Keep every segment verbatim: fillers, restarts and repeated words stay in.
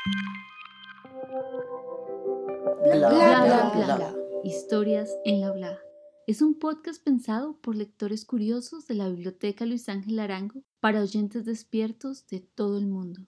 Bla, Bla, bla, bla, bla. bla. Historias en la Bla. Es un podcast pensado por lectores curiosos de la Biblioteca Luis Ángel Arango para oyentes despiertos de todo el mundo.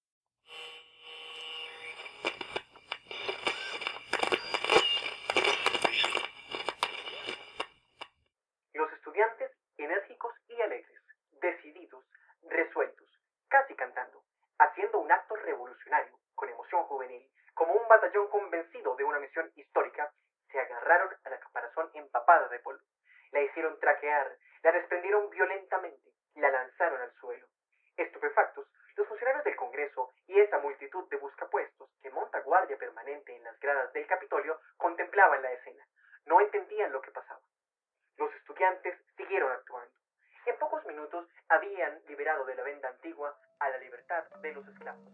Los estudiantes, enérgicos y alegres, decididos, resueltos, casi cantando, haciendo un acto revolucionario, con emoción juvenil, como un batallón convencido de una misión histórica, se agarraron a la caparazón empapada de polvo, la hicieron traquear, la desprendieron violentamente, la lanzaron al suelo. Estupefactos, los funcionarios del Congreso y esa multitud de buscapuestos que monta guardia permanente en las gradas del Capitolio contemplaban la escena. No entendían lo que pasaba. Los estudiantes siguieron actuando. En pocos minutos habían liberado de la venda antigua a la libertad de los esclavos.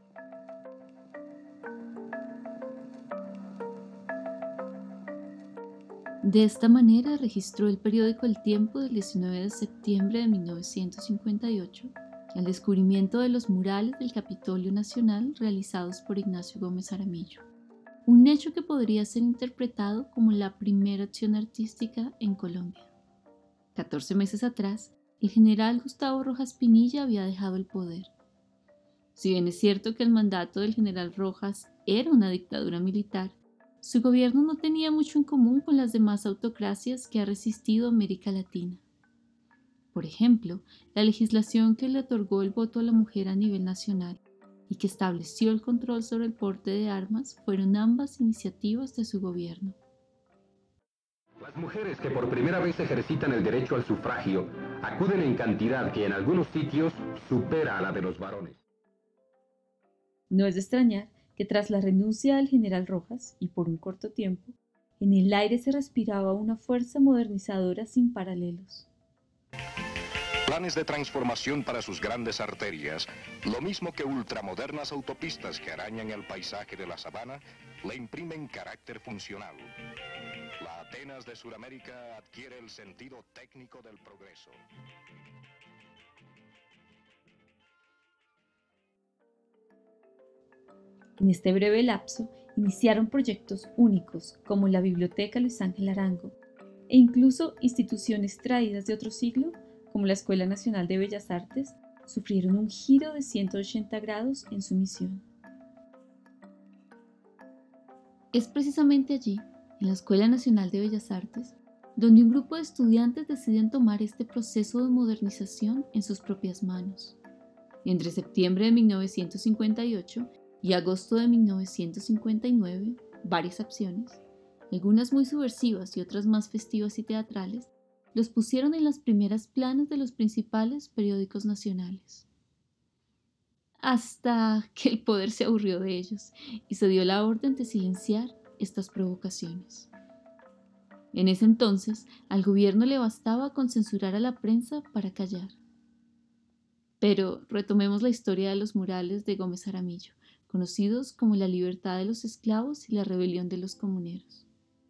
De esta manera registró el periódico El Tiempo del diecinueve de septiembre de mil novecientos cincuenta y ocho el descubrimiento de los murales del Capitolio Nacional realizados por Ignacio Gómez Jaramillo, un hecho que podría ser interpretado como la primera acción artística en Colombia. catorce meses atrás, el general Gustavo Rojas Pinilla había dejado el poder. Si bien es cierto que el mandato del general Rojas era una dictadura militar, su gobierno no tenía mucho en común con las demás autocracias que ha resistido América Latina. Por ejemplo, la legislación que le otorgó el voto a la mujer a nivel nacional y que estableció el control sobre el porte de armas fueron ambas iniciativas de su gobierno. Las mujeres que por primera vez ejercitan el derecho al sufragio acuden en cantidad que en algunos sitios supera a la de los varones. No es de extrañar que tras la renuncia del general Rojas, y por un corto tiempo, en el aire se respiraba una fuerza modernizadora sin paralelos. Planes de transformación para sus grandes arterias, lo mismo que ultramodernas autopistas que arañan el paisaje de la sabana, le imprimen carácter funcional. La Atenas de Sudamérica adquiere el sentido técnico del progreso. En este breve lapso, iniciaron proyectos únicos como la Biblioteca Luis Ángel Arango e incluso instituciones traídas de otro siglo, como la Escuela Nacional de Bellas Artes, sufrieron un giro de ciento ochenta grados en su misión. Es precisamente allí, en la Escuela Nacional de Bellas Artes, donde un grupo de estudiantes deciden tomar este proceso de modernización en sus propias manos. Entre septiembre de mil novecientos cincuenta y ocho y agosto de mil novecientos cincuenta y nueve, varias acciones, algunas muy subversivas y otras más festivas y teatrales, los pusieron en las primeras planas de los principales periódicos nacionales. Hasta que el poder se aburrió de ellos y se dio la orden de silenciar estas provocaciones. En ese entonces, al gobierno le bastaba con censurar a la prensa para callar. Pero retomemos la historia de los murales de Gómez Jaramillo, conocidos como la libertad de los esclavos y la rebelión de los comuneros.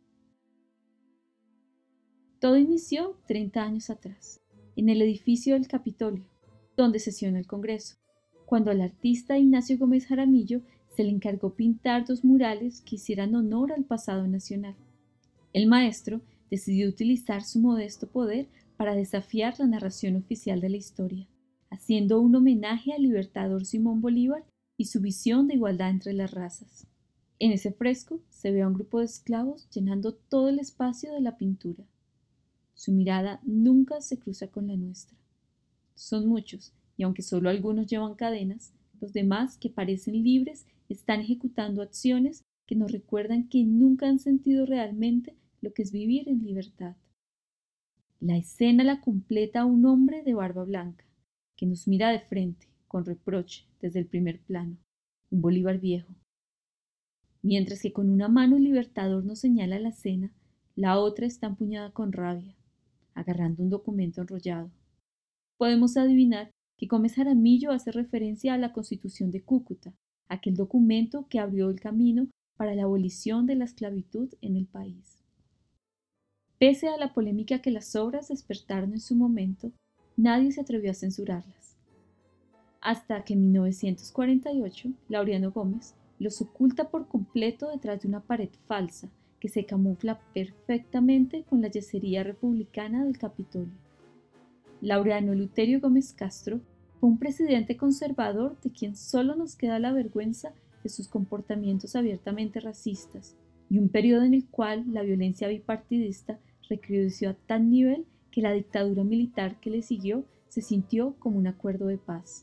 Todo inició treinta años atrás, en el edificio del Capitolio, donde sesiona el Congreso, cuando al artista Ignacio Gómez Jaramillo se le encargó pintar dos murales que hicieran honor al pasado nacional. El maestro decidió utilizar su modesto poder para desafiar la narración oficial de la historia, haciendo un homenaje al libertador Simón Bolívar y su visión de igualdad entre las razas. En ese fresco se ve a un grupo de esclavos llenando todo el espacio de la pintura. Su mirada nunca se cruza con la nuestra. Son muchos, y aunque solo algunos llevan cadenas, los demás, que parecen libres, están ejecutando acciones que nos recuerdan que nunca han sentido realmente lo que es vivir en libertad. La escena la completa un hombre de barba blanca, que nos mira de frente, con reproche, desde el primer plano, un Bolívar viejo. Mientras que con una mano el libertador nos señala la escena, la otra está empuñada con rabia, agarrando un documento enrollado. Podemos adivinar que Gómez Jaramillo hace referencia a la Constitución de Cúcuta, aquel documento que abrió el camino para la abolición de la esclavitud en el país. Pese a la polémica que las obras despertaron en su momento, nadie se atrevió a censurarlas. Hasta que en mil novecientos cuarenta y ocho, Laureano Gómez, los oculta por completo detrás de una pared falsa que se camufla perfectamente con la yesería republicana del Capitolio. Laureano Luterio Gómez Castro fue un presidente conservador de quien solo nos queda la vergüenza de sus comportamientos abiertamente racistas y un periodo en el cual la violencia bipartidista recrudeció a tal nivel que la dictadura militar que le siguió se sintió como un acuerdo de paz.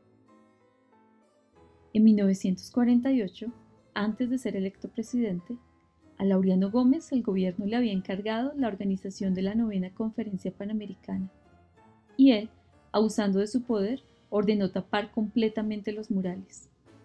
En mil novecientos cuarenta y ocho, antes de ser electo presidente, a Laureano Gómez el gobierno le había encargado la organización de la novena Conferencia Panamericana, y él, abusando de su poder, ordenó tapar completamente los murales.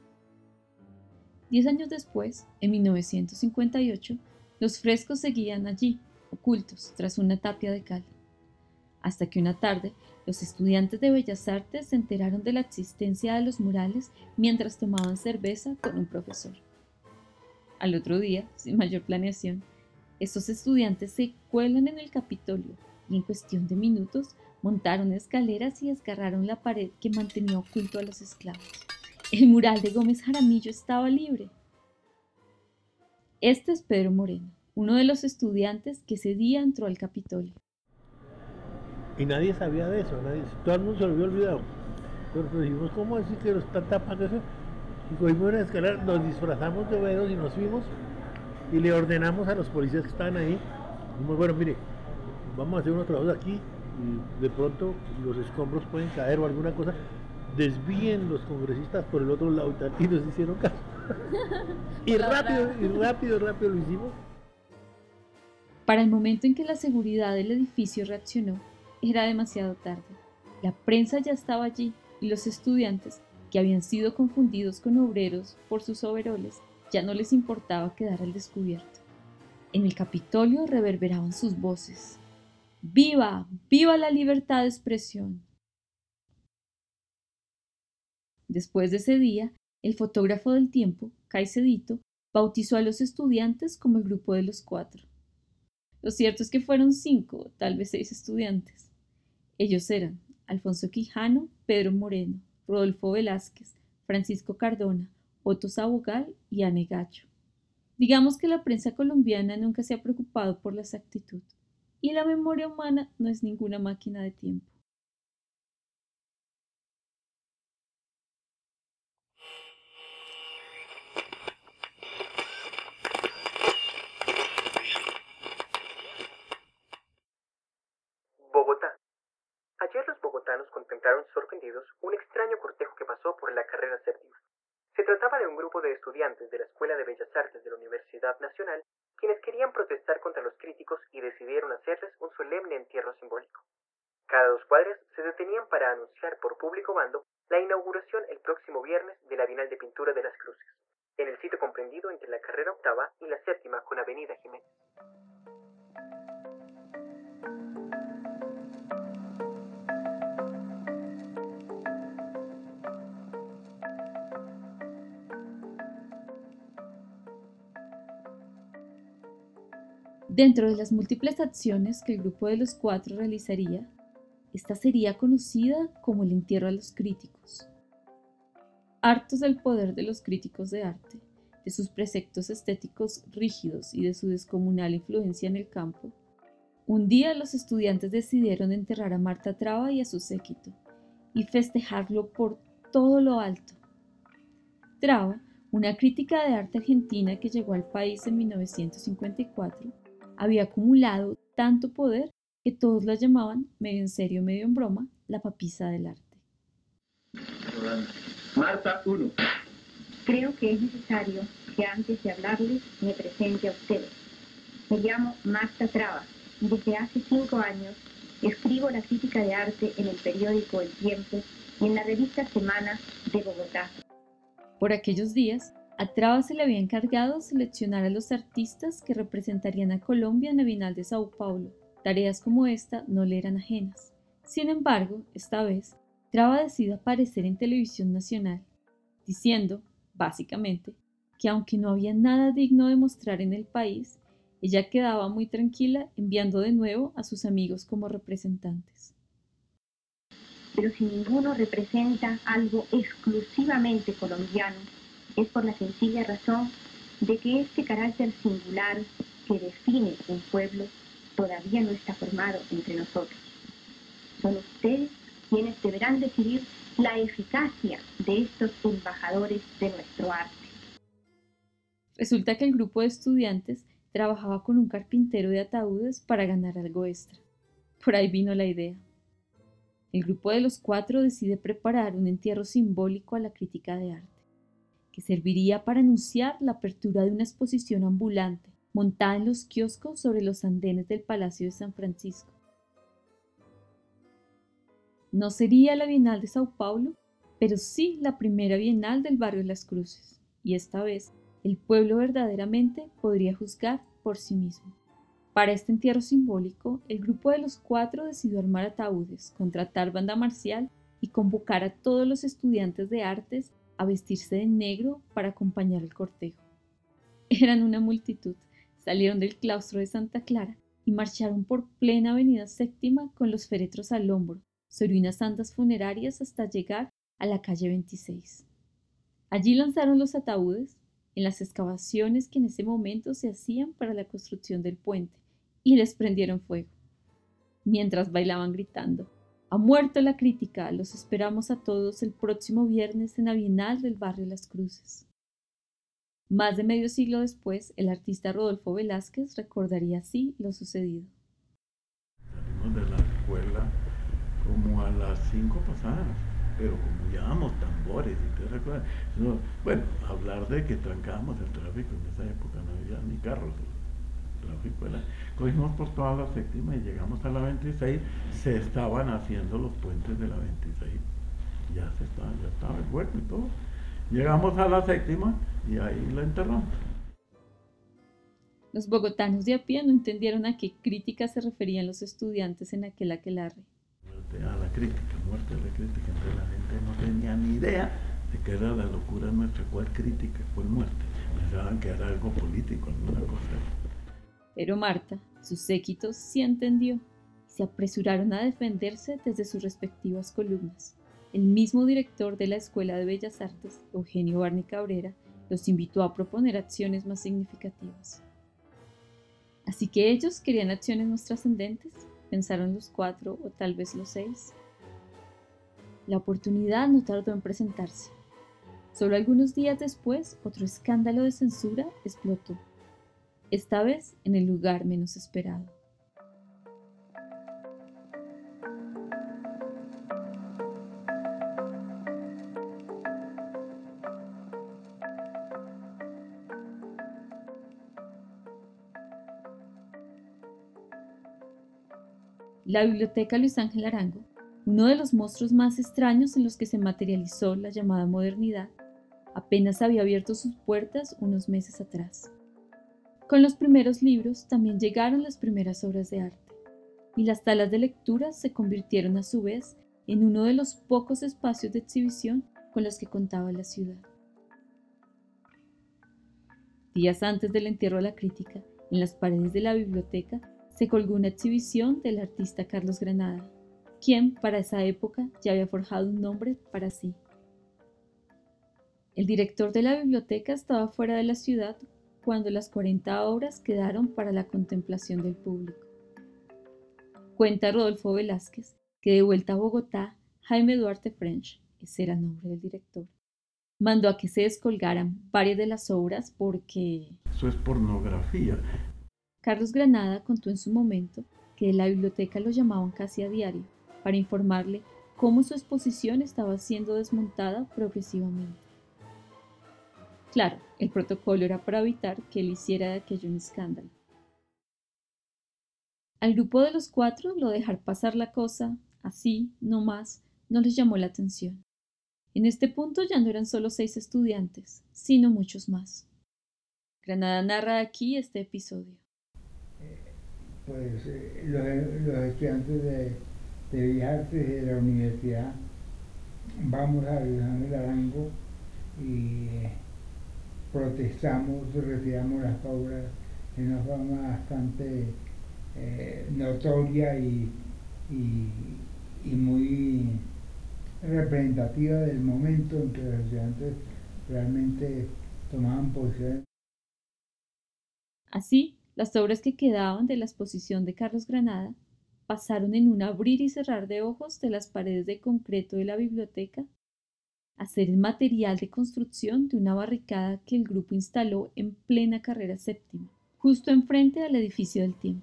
Diez años después, en mil novecientos cincuenta y ocho, los frescos seguían allí, ocultos tras una tapia de cal, hasta que una tarde los estudiantes de Bellas Artes se enteraron de la existencia de los murales mientras tomaban cerveza con un profesor. Al otro día, sin mayor planeación, estos estudiantes se cuelan en el Capitolio y en cuestión de minutos montaron escaleras y desgarraron la pared que mantenía oculto a los esclavos. El mural de Gómez Jaramillo estaba libre. Este es Pedro Moreno, uno de los estudiantes que ese día entró al Capitolio. Y nadie sabía de eso, nadie, todo el mundo se lo había olvidado. Entonces dijimos, ¿cómo decir que lo están tapando eso? Y cogimos una escalera, nos disfrazamos de obreros y nos fuimos y le ordenamos a los policías que estaban ahí, dijimos, bueno, mire, vamos a hacer unos trabajos aquí y de pronto los escombros pueden caer o alguna cosa, desvíen los congresistas por el otro lado y tal, y nos hicieron caso. y rápido, y rápido, rápido lo hicimos. Para el momento en que la seguridad del edificio reaccionó, era demasiado tarde. La prensa ya estaba allí y los estudiantes, que habían sido confundidos con obreros por sus overoles, ya no les importaba quedar al descubierto. En el Capitolio reverberaban sus voces. ¡Viva! ¡Viva la libertad de expresión! Después de ese día, el fotógrafo del tiempo, Caicedo, bautizó a los estudiantes como el grupo de los cuatro. Lo cierto es que fueron cinco, tal vez seis estudiantes. Ellos eran Alfonso Quijano, Pedro Moreno, Rodolfo Velázquez, Francisco Cardona, Otto Sabogal y Anne Gacho. Digamos que la prensa colombiana nunca se ha preocupado por la exactitud, y la memoria humana no es ninguna máquina de tiempo. Bogotá. Ayer los bogotanos contemplaron sorprendidos un extraño cortejo que pasó por la carrera séptima. Se trataba de un grupo de estudiantes de la Escuela de Bellas Artes de la Universidad Nacional, quienes querían protestar contra los críticos y decidieron hacerles un solemne entierro simbólico. Cada dos cuadras se detenían para anunciar por público bando la inauguración el próximo viernes de la Bienal de Pintura de las Cruces, en el sitio comprendido entre la carrera octava y la séptima con Avenida Jiménez. Dentro de las múltiples acciones que el grupo de los cuatro realizaría, esta sería conocida como el entierro a los críticos. Hartos del poder de los críticos de arte, de sus preceptos estéticos rígidos y de su descomunal influencia en el campo, un día los estudiantes decidieron enterrar a Marta Traba y a su séquito, y festejarlo por todo lo alto. Traba, una crítica de arte argentina que llegó al país en mil novecientos cincuenta y cuatro, había acumulado tanto poder que todos la llamaban, medio en serio, medio en broma, la papisa del arte. Marta, uno. Creo que es necesario que antes de hablarles me presente a ustedes. Me llamo Marta Traba y desde hace cinco años escribo la crítica de arte en el periódico El Tiempo y en la revista Semana de Bogotá. Por aquellos días, a Traba se le había encargado seleccionar a los artistas que representarían a Colombia en la Bienal de Sao Paulo. Tareas como esta no le eran ajenas. Sin embargo, esta vez, Traba decide aparecer en televisión nacional, diciendo, básicamente, que aunque no había nada digno de mostrar en el país, ella quedaba muy tranquila enviando de nuevo a sus amigos como representantes. Pero si ninguno representa algo exclusivamente colombiano, es por la sencilla razón de que este carácter singular que define un pueblo todavía no está formado entre nosotros. Son ustedes quienes deberán decidir la eficacia de estos embajadores de nuestro arte. Resulta que el grupo de estudiantes trabajaba con un carpintero de ataúdes para ganar algo extra. Por ahí vino la idea. El grupo de los cuatro decide preparar un entierro simbólico a la crítica de arte, que serviría para anunciar la apertura de una exposición ambulante montada en los kioscos sobre los andenes del Palacio de San Francisco. No sería la Bienal de Sao Paulo, pero sí la primera Bienal del barrio Las Cruces, y esta vez el pueblo verdaderamente podría juzgar por sí mismo. Para este entierro simbólico, el grupo de los cuatro decidió armar ataúdes, contratar banda marcial y convocar a todos los estudiantes de artes a vestirse de negro para acompañar el cortejo. Eran una multitud, salieron del claustro de Santa Clara y marcharon por plena avenida Séptima con los féretros al hombro, sobre unas andas funerarias hasta llegar a la calle veintiséis. Allí lanzaron los ataúdes en las excavaciones que en ese momento se hacían para la construcción del puente y les prendieron fuego, mientras bailaban gritando: «Ha muerto la crítica, los esperamos a todos el próximo viernes en la Bienal del barrio Las Cruces». Más de medio siglo después, el artista Rodolfo Velázquez recordaría así lo sucedido. Salimos de la escuela como a las cinco pasadas, pero como llevábamos tambores y te recuerdas, no, bueno, hablar de que trancábamos el tráfico, en esa época no había ni carros, el tráfico era, cogimos por toda la Séptima y llegamos a la veintiséis, se estaban haciendo los puentes de la veintiséis, ya se estaba, ya estaba el hueco y todo. Llegamos a la Séptima y ahí la enterramos. Los bogotanos de a pie no entendieron a qué crítica se referían los estudiantes en aquel aquelarre. Muerte a la crítica, muerte a la crítica. Entonces la gente no tenía ni idea de qué era la locura nuestra, cuál crítica, cuál muerte. Pensaban que era algo político, alguna cosa. Pero Marta, sus séquitos, sí entendió y se apresuraron a defenderse desde sus respectivas columnas. El mismo director de la Escuela de Bellas Artes, Eugenio Barney Cabrera, los invitó a proponer acciones más significativas. Así que ellos querían acciones más trascendentes, pensaron los cuatro o tal vez los seis. La oportunidad no tardó en presentarse. Solo algunos días después, otro escándalo de censura explotó, esta vez en el lugar menos esperado. La Biblioteca Luis Ángel Arango, uno de los monstruos más extraños en los que se materializó la llamada modernidad, apenas había abierto sus puertas unos meses atrás. Con los primeros libros también llegaron las primeras obras de arte, y las salas de lectura se convirtieron a su vez en uno de los pocos espacios de exhibición con los que contaba la ciudad. Días antes del entierro de la crítica, en las paredes de la biblioteca se colgó una exhibición del artista Carlos Granada, quien para esa época ya había forjado un nombre para sí. El director de la biblioteca estaba fuera de la ciudad cuando las cuarenta obras quedaron para la contemplación del público. Cuenta Rodolfo Velázquez que de vuelta a Bogotá, Jaime Duarte French, ese era el nombre del director, mandó a que se descolgaran varias de las obras porque... Eso es pornografía. Carlos Granada contó en su momento que de la biblioteca lo llamaban casi a diario para informarle cómo su exposición estaba siendo desmontada progresivamente. Claro, el protocolo era para evitar que él hiciera de aquello un escándalo. Al grupo de los cuatro lo de dejar pasar la cosa, así, no más, no les llamó la atención. En este punto ya no eran solo seis estudiantes, sino muchos más. Granada narra aquí este episodio. Pues eh, los, los estudiantes de, de Bellas Artes de la universidad vamos a Luis Ángel Arango y eh, protestamos, retiramos las obras de una forma bastante eh, notoria y, y, y muy representativa del momento en que los estudiantes realmente tomaban posición. Así, las obras que quedaban de la exposición de Carlos Granada pasaron en un abrir y cerrar de ojos de las paredes de concreto de la biblioteca a ser el material de construcción de una barricada que el grupo instaló en plena carrera séptima, justo enfrente al edificio del tiempo.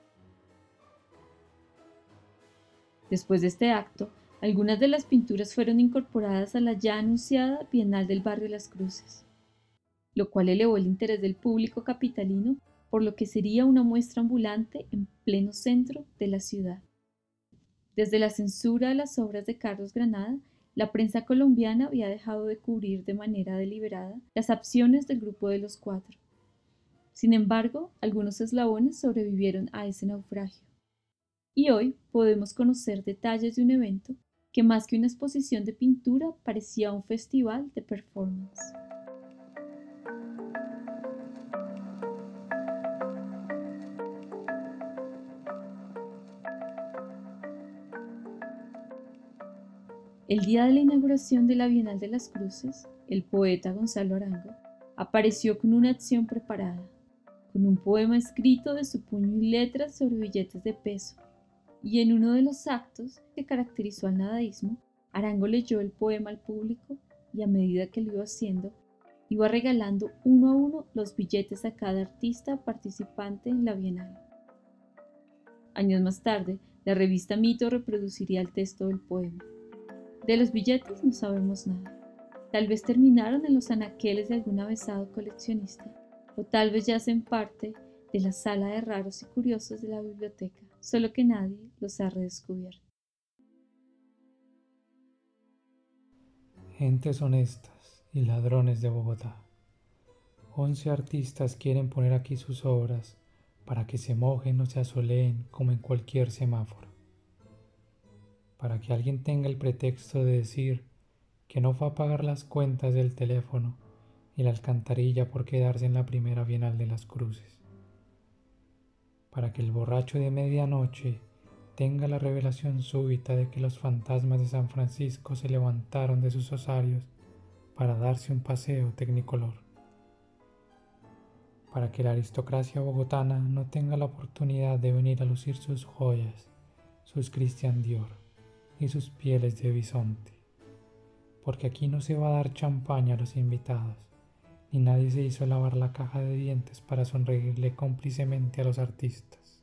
Después de este acto, algunas de las pinturas fueron incorporadas a la ya anunciada Bienal del Barrio Las Cruces, lo cual elevó el interés del público capitalino por lo que sería una muestra ambulante en pleno centro de la ciudad. Desde la censura de las obras de Carlos Granada, la prensa colombiana había dejado de cubrir de manera deliberada las acciones del Grupo de los Cuatro. Sin embargo, algunos eslabones sobrevivieron a ese naufragio. Y hoy podemos conocer detalles de un evento que más que una exposición de pintura parecía un festival de performance. El día de la inauguración de la Bienal de las Cruces, el poeta Gonzalo Arango apareció con una acción preparada, con un poema escrito de su puño y letras sobre billetes de peso, y en uno de los actos que caracterizó al nadaísmo, Arango leyó el poema al público y a medida que lo iba haciendo, iba regalando uno a uno los billetes a cada artista participante en la Bienal. Años más tarde, la revista Mito reproduciría el texto del poema. De los billetes no sabemos nada. Tal vez terminaron en los anaqueles de algún avezado coleccionista, o tal vez yacen parte de la sala de raros y curiosos de la biblioteca, solo que nadie los ha redescubierto. Gentes honestas y ladrones de Bogotá. Once artistas quieren poner aquí sus obras para que se mojen o se asoleen como en cualquier semáforo. Para que alguien tenga el pretexto de decir que no fue a pagar las cuentas del teléfono y la alcantarilla por quedarse en la primera Bienal de las Cruces. Para que el borracho de medianoche tenga la revelación súbita de que los fantasmas de San Francisco se levantaron de sus osarios para darse un paseo tecnicolor. Para que la aristocracia bogotana no tenga la oportunidad de venir a lucir sus joyas, sus Christian Dior y sus pieles de bisonte, porque aquí no se va a dar champaña a los invitados, ni nadie se hizo lavar la caja de dientes para sonreírle cómplicemente a los artistas.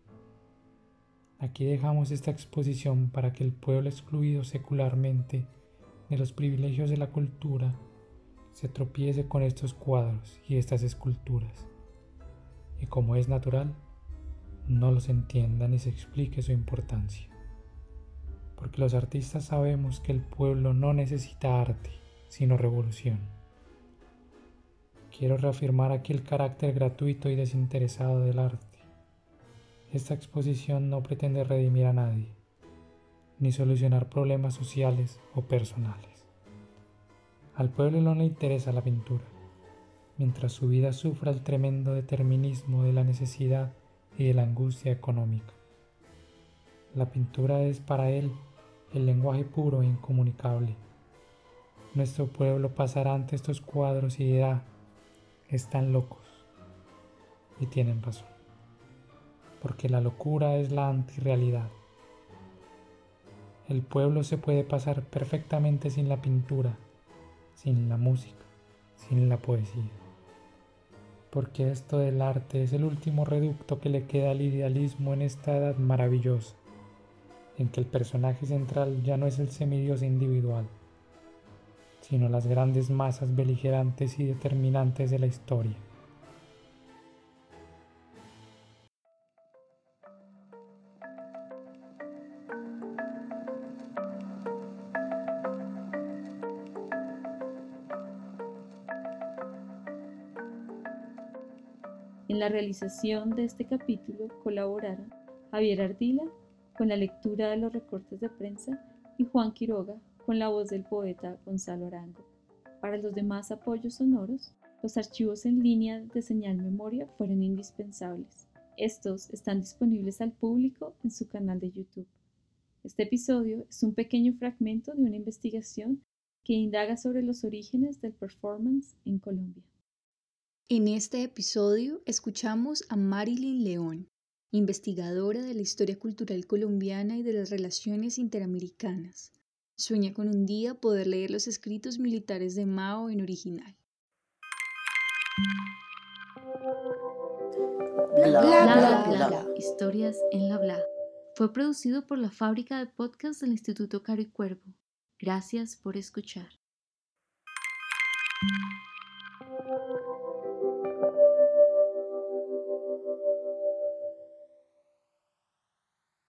Aquí dejamos esta exposición para que el pueblo excluido secularmente de los privilegios de la cultura se tropiece con estos cuadros y estas esculturas, y como es natural, no los entienda ni se explique su importancia. Porque los artistas sabemos que el pueblo no necesita arte, sino revolución. Quiero reafirmar aquí el carácter gratuito y desinteresado del arte. Esta exposición no pretende redimir a nadie, ni solucionar problemas sociales o personales. Al pueblo no le interesa la pintura, mientras su vida sufra el tremendo determinismo de la necesidad y de la angustia económica. La pintura es para él el lenguaje puro e incomunicable. Nuestro pueblo pasará ante estos cuadros y dirá: están locos. Y tienen razón, porque la locura es la antirrealidad. El pueblo se puede pasar perfectamente sin la pintura, sin la música, sin la poesía, porque esto del arte es el último reducto que le queda al idealismo en esta edad maravillosa, en que el personaje central ya no es el semidios individual, sino las grandes masas beligerantes y determinantes de la historia. En la realización de este capítulo colaboraron Javier Ardila con la lectura de los recortes de prensa y Juan Quiroga con la voz del poeta Gonzalo Arango. Para los demás apoyos sonoros, los archivos en línea de Señal Memoria fueron indispensables. Estos están disponibles al público en su canal de YouTube. Este episodio es un pequeño fragmento de una investigación que indaga sobre los orígenes del performance en Colombia. En este episodio escuchamos a Marilyn León, investigadora de la historia cultural colombiana y de las relaciones interamericanas. Sueña con un día poder leer los escritos militares de Mao en original. Bla, bla, bla, bla, bla. Historias en la Bla. Fue producido por la Fábrica de Podcast del Instituto Caro y Cuervo. Gracias por escuchar.